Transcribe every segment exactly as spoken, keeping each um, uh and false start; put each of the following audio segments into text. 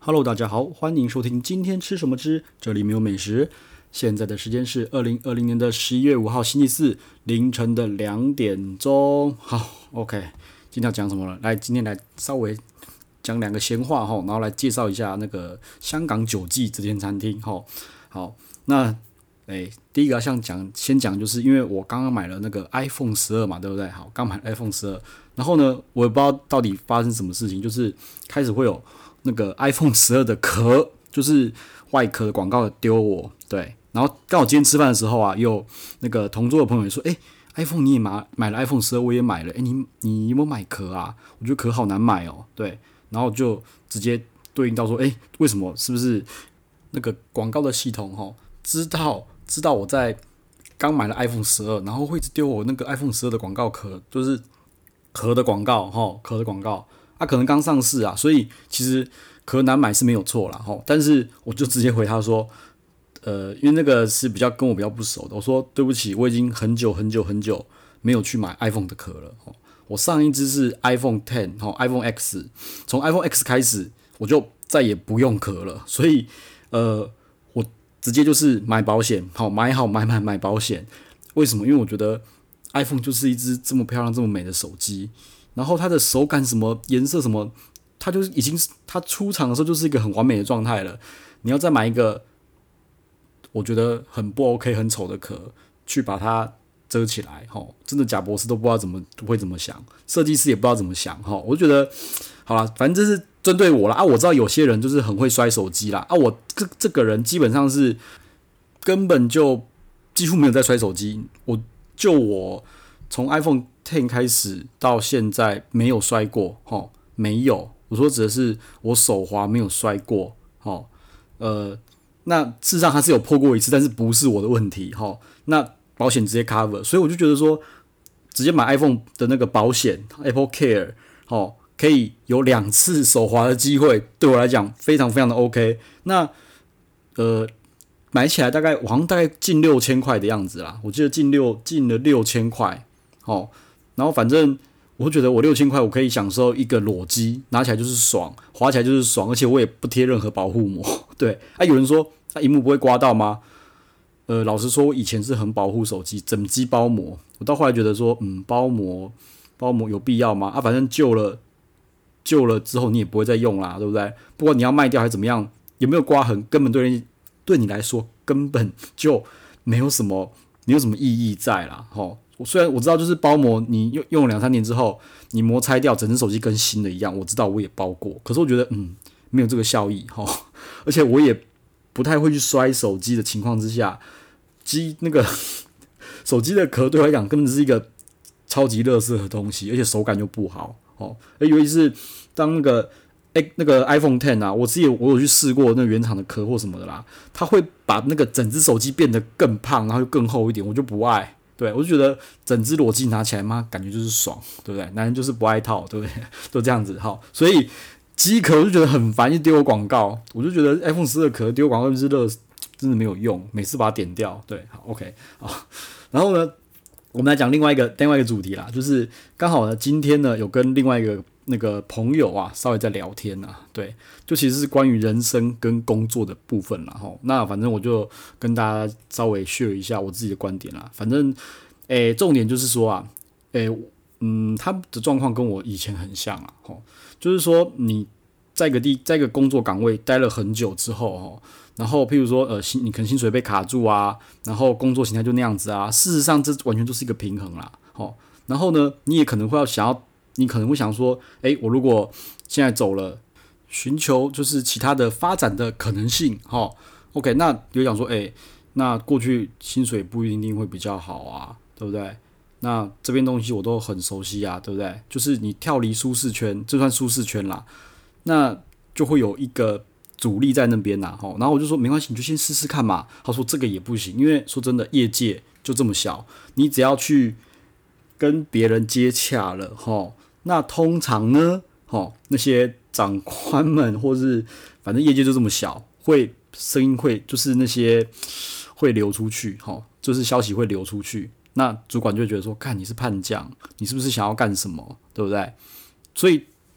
Hello，大家好，欢迎收听今天吃什么吃，这里没有美食。现在的时间是二零二零年的十一月五号星期四凌晨的两点钟。好 ，OK， 今天要讲什么了？来，今天来稍微讲两个闲话哈，然后来介绍一下那个香港九记这间餐厅哈。好，那诶，第一个要想讲，先讲就是因为我刚刚买了那个 iPhone 十二嘛，对不对？好，刚买了 iPhone 十二，然后呢，我也不知道到底发生什么事情，就是开始会有那个 iPhone 十二的壳，就是外壳的广告丢我，对。然后刚好今天吃饭的时候啊，有那个同桌的朋友也说，哎，iPhone 你也买买了 iPhone 十二，我也买了，哎，你你有没有买壳啊？我觉得壳好难买哦，对。然后就直接对应到说，哎，为什么？是不是那个广告的系统哈，知道知道我在刚买了 iPhone 十二，然后会一直丢我那个 iPhone 十二的广告壳，就是壳的广告哈，壳的广告。它、啊、可能刚上市啊，所以其实壳难买是没有错啦哈。但是我就直接回他说，呃，因为那个是比较跟我比较不熟的，我说对不起，我已经很久很久很久没有去买 iPhone 的壳了。我上一支是 iPhone X 哈 ，iPhone X， 从 iPhone X 开始我就再也不用壳了，所以呃，我直接就是买保险，好买好买买买保险。为什么？因为我觉得 iPhone 就是一支这么漂亮、这么美的手机。然后它的手感什么颜色什么，它就是已经它出厂的时候就是一个很完美的状态了。你要再买一个我觉得很不 OK 很丑的壳去把它遮起来，吼，真的贾博士都不知道怎么会怎么想，设计师也不知道怎么想，吼，我就觉得好啦，反正这是针对我啦啊，我知道有些人就是很会摔手机啦啊，我这这个人基本上是根本就几乎没有在摔手机，我就我从 iPhone X 开始到现在没有摔过，吼，没有。我说指的是我手滑没有摔过，吼，呃，那事实上它是有破过一次，但是不是我的问题，吼。那保险直接 cover， 所以我就觉得说，直接买 iPhone 的那个保险 Apple Care， 吼，可以有两次手滑的机会，对我来讲非常非常的 OK。那呃。买起来大概我好像大概近六千块的样子啦，我记得近六近了六千块，哦，然后反正我会觉得我六千块我可以享受一个裸机，拿起来就是爽，滑起来就是爽，而且我也不贴任何保护膜。对，啊，有人说那萤幕不会刮到吗？呃，老实说，我以前是很保护手机，整机包膜，我到后来觉得说，嗯，包膜包膜有必要吗？啊，反正旧了旧了之后你也不会再用啦，对不对？不管你要卖掉还是怎么样，有没有刮痕，根本对人。对你来说根本就没有什么没有什么意义在啦，吼。虽然我知道就是包膜，你用用了两三年之后，你膜拆掉，整只手机跟新的一样，我知道我也包过，可是我觉得嗯没有这个效益，吼。而且我也不太会去摔手机的情况之下，机那个手机的壳对我来讲根本是一个超级垃圾的东西，而且手感又不好，哦。而尤其是当那个。哎、欸，那个 iPhone X 啊，我自己我有去试过那个原厂的壳或什么的啦，它会把那个整只手机变得更胖，然后又更厚一点，我就不爱。对，我就觉得整只裸机拿起来嘛，感觉就是爽，对不对？男人就是不爱套，对不对？都这样子哈。所以机壳我就觉得很烦，一丢我广告，我就觉得 iPhone 十二壳丢广告就是热，真的没有用，每次把它点掉。对，好 OK 好。然后呢，我们来讲另外一个另外一个主题啦，就是刚好呢，今天呢有跟另外一个。那个朋友啊，稍微在聊天啊，对，就其实是关于人生跟工作的部分啦，吼。那反正我就跟大家稍微 share 一下我自己的观点啦。反正，诶，重点就是说啊，诶，嗯，他的状况跟我以前很像啊，吼，就是说你在一个地，在一个工作岗位待了很久之后，吼，然后譬如说，呃，你可能薪水被卡住啊，然后工作形态就那样子啊，事实上这完全就是一个平衡啦，吼。然后呢，你也可能会要想要。你可能会想说，哎，我如果现在走了，寻求就是其他的发展的可能性，哈 ，OK， 那有讲说，哎，那过去薪水不一定会比较好啊，对不对？那这边东西我都很熟悉啊，对不对？就是你跳离舒适圈，这算舒适圈啦，那就会有一个阻力在那边啦，哈。然后我就说没关系，你就先试试看嘛。他说这个也不行，因为说真的，业界就这么小，你只要去跟别人接洽了，哈。那通常呢，齁，那些长官们或是反正业界就这么小，会声音会就是那些会流出去，齁，就是消息会流出去。那主管就会觉得说，看你是叛将，你是不是想要干什么，对不对？所以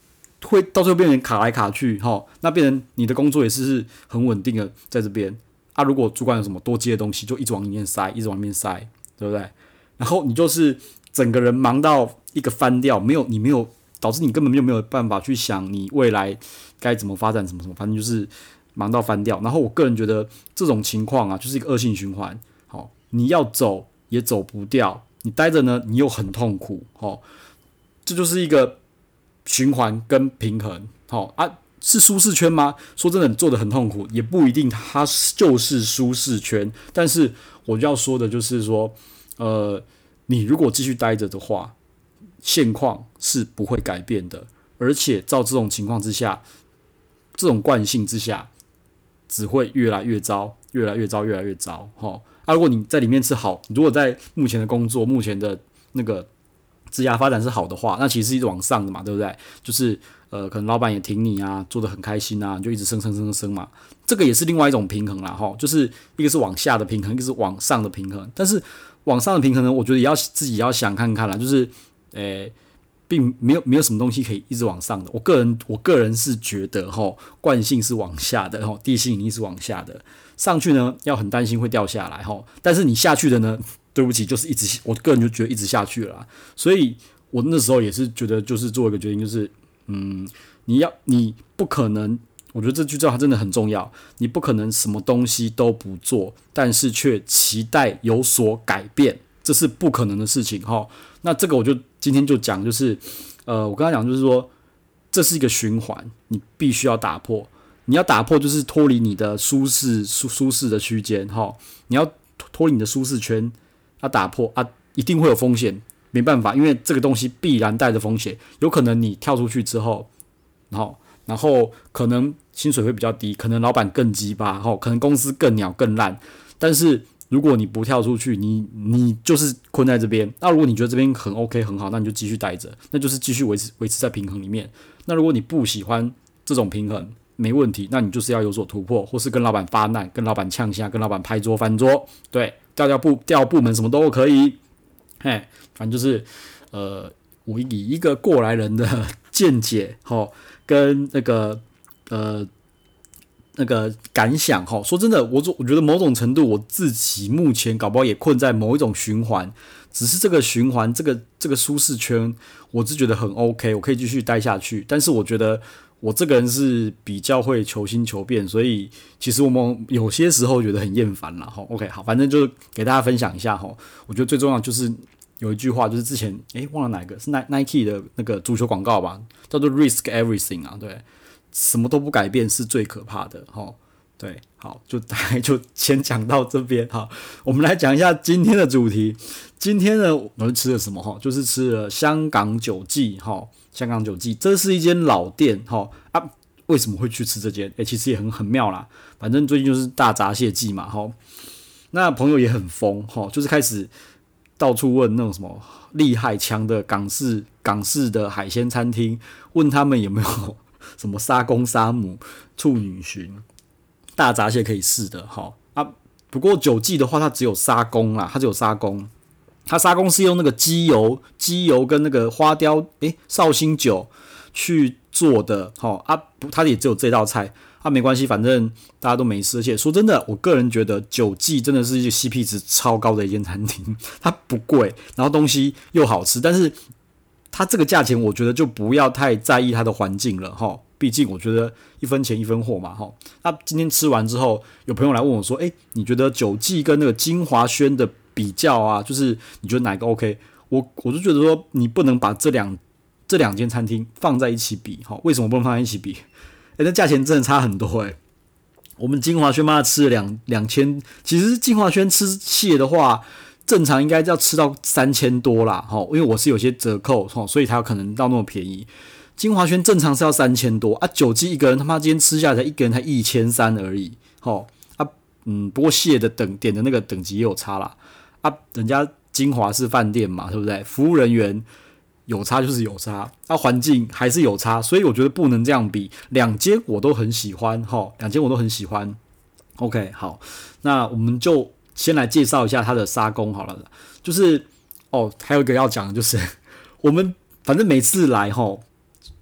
会到最后变成卡来卡去，哈，那变成你的工作也是很稳定的在这边啊。如果主管有什么多接的东西，就一直往里面塞，一直往里面塞，对不对？然后你就是整个人忙到一个翻掉，没有你没有导致你根本就没有办法去想你未来该怎么发展，什么什么，反正就是忙到翻掉。然后我个人觉得这种情况啊，就是一个恶性循环。好，你要走也走不掉，你待着呢，你又很痛苦，好，这就是一个循环跟平衡。好啊，是舒适圈吗？说真的，你做的很痛苦，也不一定它就是舒适圈。但是我要说的就是说，呃，你如果继续待着的话，现况是不会改变的，而且照这种情况之下，这种惯性之下，只会越来越糟，越来越糟，越来越糟。哈，啊，如果你在里面是好，你如果在目前的工作、目前的那个职涯发展是好的话，那其实是一直往上的嘛，对不对？就是呃，可能老板也挺你啊，做得很开心啊，你就一直升升升升嘛。这个也是另外一种平衡啦，哈，就是一个是往下的平衡，一个是往上的平衡。但是往上的平衡呢，我觉得也要自己要想看看啦，就是，诶、欸，并没有没有什么东西可以一直往上的。我个人我个人是觉得，哈，惯性是往下的，哈，地心引力是往下的，上去呢要很担心会掉下来，哈。但是你下去的呢，对不起，就是一直，我个人就觉得一直下去了啦。所以我那时候也是觉得，就是做一个决定，就是嗯，你要你不可能，我觉得这句话真的很重要，你不可能什么东西都不做，但是却期待有所改变，这是不可能的事情哈。那这个我就今天就讲，就是呃，我刚才讲就是说，这是一个循环，你必须要打破。你要打破，就是脱离你的舒适舒舒适的区间哈，你要脱离你的舒适圈，要打破啊，一定会有风险，没办法，因为这个东西必然带着风险，有可能你跳出去之后，然后然后可能薪水会比较低，可能老板更鸡巴，可能公司更鸟更烂，但是如果你不跳出去，你你就是困在这边。那如果你觉得这边很 OK 很好，那你就继续待着，那就是继续维持维持在平衡里面。那如果你不喜欢这种平衡，没问题，那你就是要有所突破，或是跟老板发难，跟老板呛下，跟老板拍桌翻桌，对，调调部调部门什么都可以。嘿，反正就是呃，我以一个过来人的见解，齁，跟那个呃。那个感想哈，说真的，我我觉得某种程度我自己目前搞不好也困在某一种循环，只是这个循环，这个这个舒适圈，我是觉得很 OK， 我可以继续待下去。但是我觉得我这个人是比较会求新求变，所以其实我们有些时候觉得很厌烦了哈。OK， 好，反正就给大家分享一下哈。我觉得最重要就是有一句话，就是之前诶忘了哪一个是 Nike 的那个足球广告吧，叫做 Risk Everything 啊，对。什么都不改变是最可怕的，齁，对，好，就大概就先讲到这边，好，我们来讲一下今天的主题。今天呢，我们吃了什么？哈，就是吃了香港九记，哈，香港九记，这是一间老店，哈啊，为什么会去吃这间？诶，其实也很很妙啦，反正最近就是大闸蟹季嘛，哈，那朋友也很疯，哈，就是开始到处问那种什么厉害强的港式港式的海鲜餐厅，问他们有没有什么沙公沙母、处女鲟、大闸蟹可以试的哈啊。不过九记的话，它只有沙公啦，它只有沙公。它沙公是用那个鸡油、鸡油跟那个花雕诶绍兴酒去做的哈啊，它也只有这道菜啊，没关系，反正大家都没吃。而且说真的，我个人觉得九记真的是一个 C P 值超高的一间餐厅，它不贵，然后东西又好吃，但是它这个价钱，我觉得就不要太在意它的环境了哈。毕竟我觉得一分钱一分货嘛哈。那今天吃完之后，有朋友来问我说：“哎、欸，你觉得九记跟那个金华轩的比较啊，就是你觉得哪一个 OK？” 我我就觉得说，你不能把这两这两间餐厅放在一起比哈。为什么不能放在一起比？哎、欸，那价钱真的差很多哎、欸。我们金华轩妈吃了两两千，其实金华轩吃蟹的话。正常应该要吃到三千多啦，因为我是有些折扣，所以才有可能到那么便宜。金华轩正常是要三千多啊，九记一个人他妈今天吃下来才一个人才一千三而已，吼啊，嗯，不过蟹的等点的那个等级也有差啦，啊，人家金华是饭店嘛，对不对？服务人员有差就是有差，啊，环境还是有差，所以我觉得不能这样比。两间我都很喜欢，吼，两间我都很喜欢。OK， 好，那我们就。先来介绍一下他的沙公好了，就是哦，还有一个要讲的就是，我们反正每次来吼，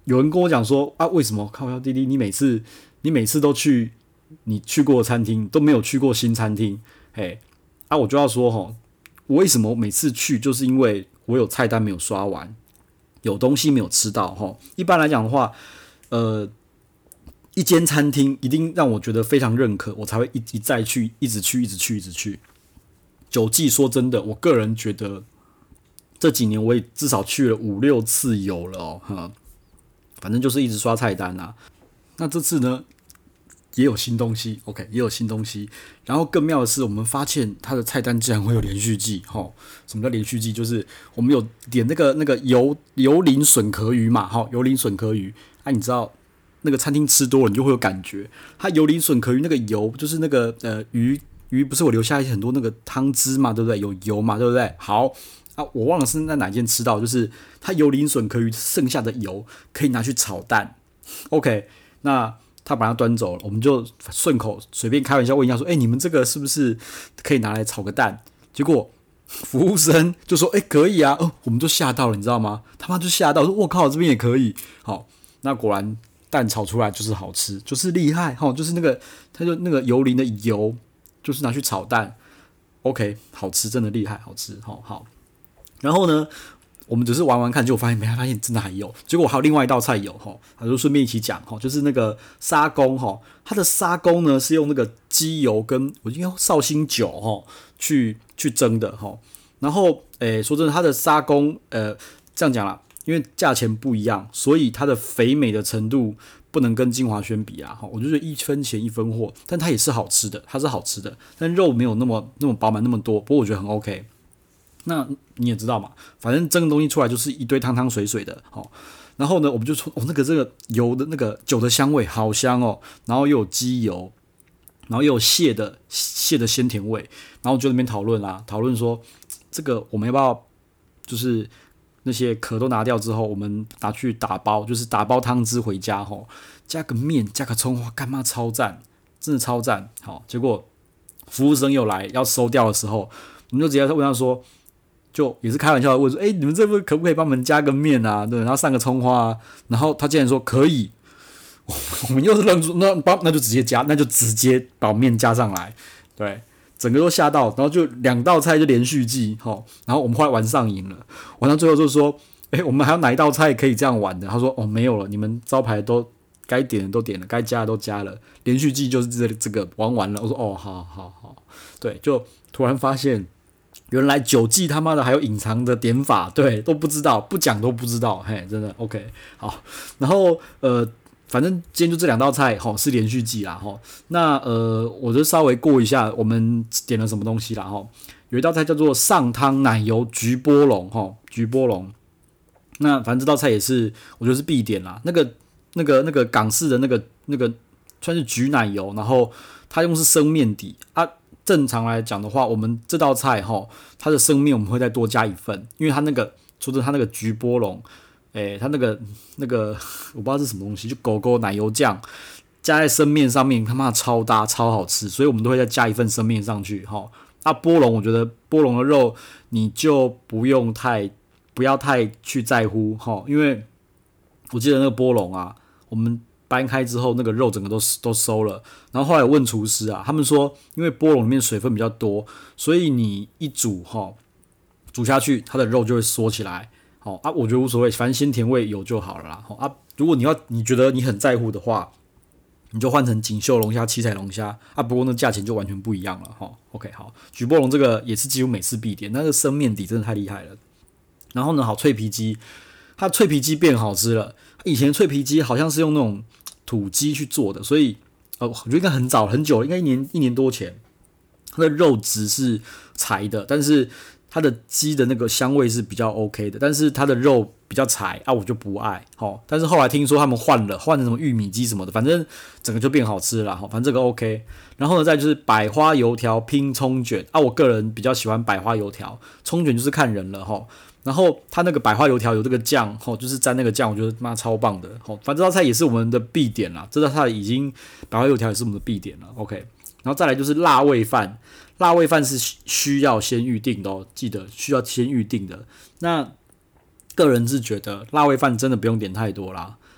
有人跟我讲说啊，为什么靠腰弟弟你每次你每次都去你去过的餐厅都没有去过新餐厅？嘿，啊，我就要说哈，我为什么每次去，就是因为我有菜单没有刷完，有东西没有吃到哈。一般来讲的话，呃，一间餐厅一定让我觉得非常认可，我才会一一再去，一直去，一直去，一直去。九记说真的，我个人觉得这几年我也至少去了五六次有了哦，哈，反正就是一直刷菜单啊。那这次呢，也有新东西 ，OK， 也有新东西。然后更妙的是，我们发现它的菜单竟然会有连续剧，吼，什么叫连续剧？就是我们有点那个那个油油淋笋壳鱼嘛，吼，油淋笋壳鱼。啊，你知道那个餐厅吃多了，你就会有感觉，它油淋笋壳鱼那个油，就是那个呃鱼鱼不是有留下一些很多那个汤汁嘛，对不对？有油嘛，对不对？好啊，我忘了是在哪间吃到，就是它油淋笋壳鱼剩下的油可以拿去炒蛋。OK， 那他把它端走了，我们就顺口随便开玩笑问一下说：“哎、欸，你们这个是不是可以拿来炒个蛋？”结果服务生就说：“哎、欸，可以啊。”哦，我们就吓到了，你知道吗？他妈就吓到，说：“我靠，这边也可以。”好，那果然蛋炒出来就是好吃，就是厉害哈，就是那个他就那个油淋的油，就是拿去炒蛋 ，OK， 好吃，真的厉害，好吃，好好。然后呢？我们只是玩玩看，结果发现没发现真的还有。结果还有另外一道菜有哈，他就顺便一起讲哈，就是那个沙公哈，它的沙公呢是用那个鸡油跟我应该绍兴酒哈去去蒸的哈。然后诶，说真的，它的沙公呃这样讲啦，因为价钱不一样，所以它的肥美的程度不能跟金华轩比啊。哈，我就觉得一分钱一分货，但它也是好吃的，它是好吃的，但肉没有那么那么饱满那么多，不过我觉得很 OK。那你也知道嘛，反正蒸的东西出来就是一堆汤汤水水的，哦。然后呢，我们就说，哦，那个这个油的那个酒的香味好香哦，然后又有鸡油，然后又有蟹的蟹的鲜甜味，然后就在那边讨论啦，讨论说这个我们要不要就是那些壳都拿掉之后，我们拿去打包，就是打包汤汁回家吼，加个面，加个葱花，干嘛超赞，真的超赞。好，结果服务生又来要收掉的时候，我们就直接问他说。就也是开玩笑的问说，哎、欸，你们这个可不可以帮我们加个面啊？对，然后上个葱花啊。然后他竟然说可以，我们又是愣住，那那就直接加，那就直接把面加上来，对，整个都吓到，然后就两道菜就连续剧，吼，然后我们后来玩上瘾了，玩到最后就说，哎、欸，我们还有哪一道菜可以这样玩的？他说，哦，没有了，你们招牌都该点的都点了，该加的都加了，连续剧就是这这个玩完了。我说，哦，好好好，对，就突然发现。原来九记他妈的还有隐藏的点法，对，都不知道，不讲都不知道，嘿，真的 OK 好。然后呃，反正今天就这两道菜，吼是连续剧啦，吼。那呃，我就稍微过一下我们点了什么东西啦，吼。有一道菜叫做上汤奶油焗波龙，吼，焗波龙。那反正这道菜也是我觉得是必点啦，那个那个那个港式的那个那个算是焗奶油，然后它用是生面底啊。正常来讲的话，我们这道菜哈，它的生面我们会再多加一份，因为它那个除了它那个焗波龙，诶、欸，它那个那个我不知道是什么东西，就狗狗奶油酱加在生面上面，他妈超搭超好吃，所以我们都会再加一份生面上去哈。啊，波龙我觉得波龙的肉你就不用太不要太去在乎哈，因为我记得那个波龙啊，我们。掰开之后，那个肉整个都都收了。然后后来问厨师啊，他们说，因为波龙里面水分比较多，所以你一煮哈，煮下去，它的肉就会缩起来。好啊，我觉得无所谓，反正鲜甜味有就好了啦。好啊，如果你要你觉得你很在乎的话，你就换成锦绣龙虾、七彩龙虾啊。不过那价钱就完全不一样了哈。OK， 好，焗波龙这个也是几乎每次必点，那个生面底真的太厉害了。然后呢，好脆皮鸡，它脆皮鸡变好吃了。以前脆皮鸡好像是用那种。土鸡去做的，所以呃，我觉得应该很早很久，应该一年一年多前，它的肉质是柴的，但是它的鸡的那个香味是比较 OK 的，但是它的肉比较柴啊，我就不爱。齁，但是后来听说他们换了，换成什么玉米鸡什么的，反正整个就变好吃了。齁，反正这个 OK。然后呢，再就是百花油条拼葱卷啊，我个人比较喜欢百花油条，葱卷就是看人了齁。然后它那个百花油条有这个酱，吼，就是沾那个酱，我觉得妈超棒的，吼，反正这道菜也是我们的必点啦，这道菜已经百花油条也是我们的必点了 ，OK。然后再来就是辣味饭，辣味饭是需要先预定的哦，记得需要先预定的。那个人是觉得辣味饭真的不用点太多啦，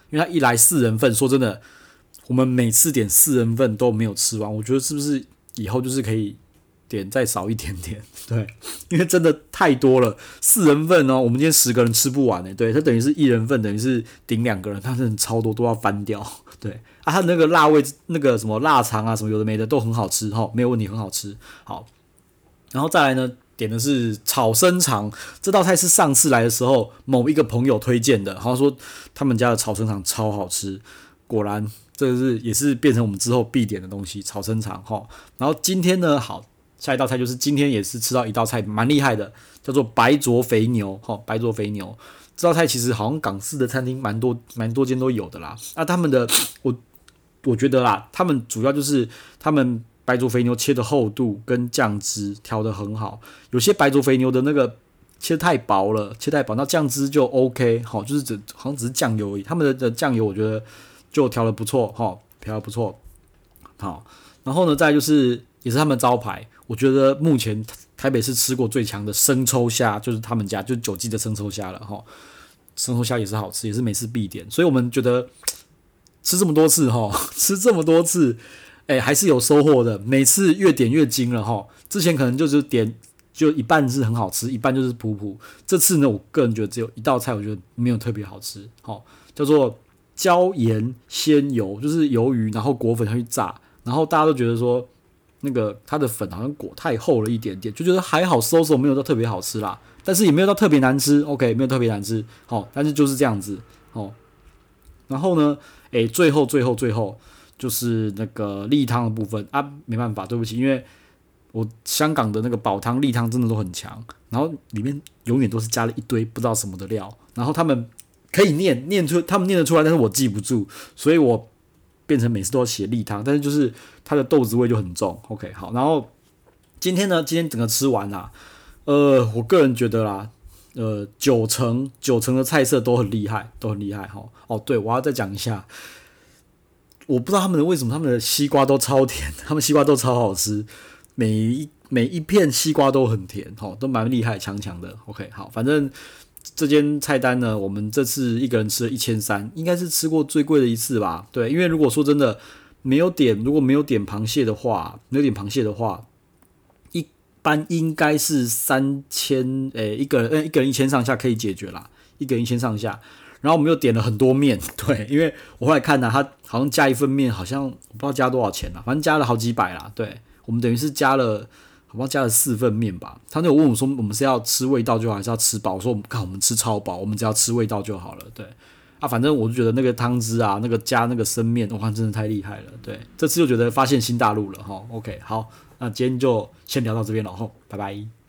因为它一来四人份，说真的，我们每次点四人份都没有吃完，我觉得是不是以后就是可以点再少一点点？对，因为真的太多了，四人份哦，我们今天十个人吃不完诶，对，它等于是一人份，等于是顶两个人，它真的超多，都要翻掉。对啊，它那个辣味，那个什么腊肠啊，什么有的没的都很好吃哈，没有问题，很好吃。好，然后再来呢，点的是炒生肠，这道菜是上次来的时候某一个朋友推荐的，然后说他们家的炒生肠超好吃，果然这个是也是变成我们之后必点的东西，炒生肠哈。然后今天呢，好，下一道菜就是今天也是吃到一道菜蛮厉害的，叫做白灼肥牛哈，白灼肥牛。这道菜其实好像港式的餐厅蛮多蛮多间都有的啦。那、啊、他们的我我觉得啦，他们主要就是他们白灼肥牛切的厚度跟酱汁调得很好。有些白灼肥牛的那个切太薄了，切太薄，那酱汁就 OK， 好，就是只好像只是酱油而已。他们的酱油我觉得就调得不错，哈，调得不错。好，然后呢，再来就是也是他们招牌，我觉得目前台北市吃过最强的生抽虾，就是他们家就是九记的生抽虾了哈。生抽虾也是好吃，也是每次必点，所以我们觉得吃这么多次哈，吃这么多次，哎、欸，还是有收获的。每次越点越精了哈。之前可能就是点就一半是很好吃，一半就是普普。这次呢，我个人觉得只有一道菜，我觉得没有特别好吃，好，叫做椒盐鲜油，就是鱿鱼，然后裹粉下去炸，然后大家都觉得说。那个它的粉好像裹太厚了一点点，就觉得还好收收，没有到特别好吃啦，但是也没有到特别难吃 ，OK， 没有特别难吃，好，但是就是这样子，哦。然后呢，诶，最后最后最后就是那个例汤的部分啊，没办法，对不起，因为我香港的那个煲汤、例汤真的都很强，然后里面永远都是加了一堆不知道什么的料，然后他们可以念念出，他们念得出来，但是我记不住，所以我。变成每次都要写例汤，但是就是它的豆子味就很重。OK， 好，然后今天呢，今天整个吃完啦，呃，我个人觉得啦，呃，九成九成的菜色都很厉害，都很厉害哈。哦，对，我要再讲一下，我不知道他们的为什么他们的西瓜都超甜，他们西瓜都超好吃，每一每一片西瓜都很甜，哈，都蛮厉害，强强的。OK， 好，反正。这间菜单呢，我们这次一个人吃了一千三，应该是吃过最贵的一次吧？对，因为如果说真的没有点，如果没有点螃蟹的话，没有点螃蟹的话，一般应该是三千，诶，一个人，呃，一个人一千上下可以解决啦，一个人一千上下。然后我们又点了很多面，对，因为我后来看呢、啊，他好像加一份面，好像我不知道加多少钱啦，反正加了好几百啦。对，我们等于是加了。好像加了四份面吧，他那有问我说，我们是要吃味道就好，还是要吃饱？我说我们看我们吃超饱，我们只要吃味道就好了。对啊，反正我就觉得那个汤汁啊，那个加那个生面，哇，真的太厉害了。对，这次就觉得发现新大陆了哈。OK， 好，那今天就先聊到这边了哈，拜拜。